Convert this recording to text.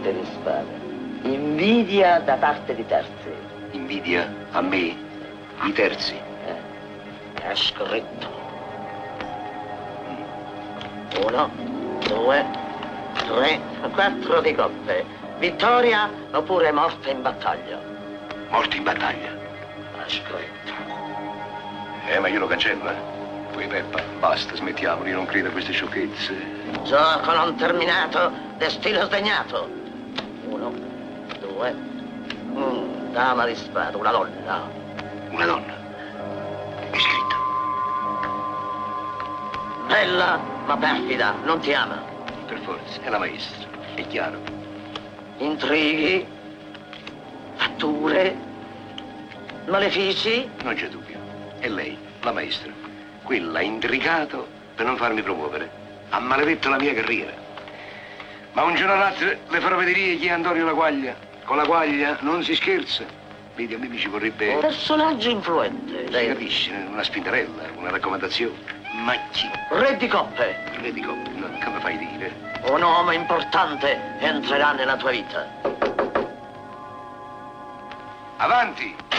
notte di spade. Invidia da parte di terzi. Invidia a me? I terzi? È scritto. 1, 2, 3, 4 di coppe. Vittoria oppure morte in battaglia? Morti in battaglia. È scritto. Ma io lo cancello, Poi Peppa, basta, smettiamolo, io non credo a queste sciocchezze. Gioco non terminato, destino sdegnato. 1, 2, dama di spada, una donna. Una donna. È scritto. Bella ma perfida, non ti ama. Per forza, è la maestra, è chiaro. Intrighi, fatture, malefici. Non c'è dubbio. È lei, la maestra. Quella ha intrigato per non farmi promuovere. Ha maledetto la mia carriera. Ma un giorno o l'altro le farò vedere chi è Antonio La Quaglia. Con La Quaglia non si scherza. Vedi, a me mi ci vorrebbe... Un personaggio influente. Si capisce, una spintarella, una raccomandazione. Ma chi? Re di coppe. Re di coppe? No, come fai a dire? Un uomo importante entrerà nella tua vita. Avanti!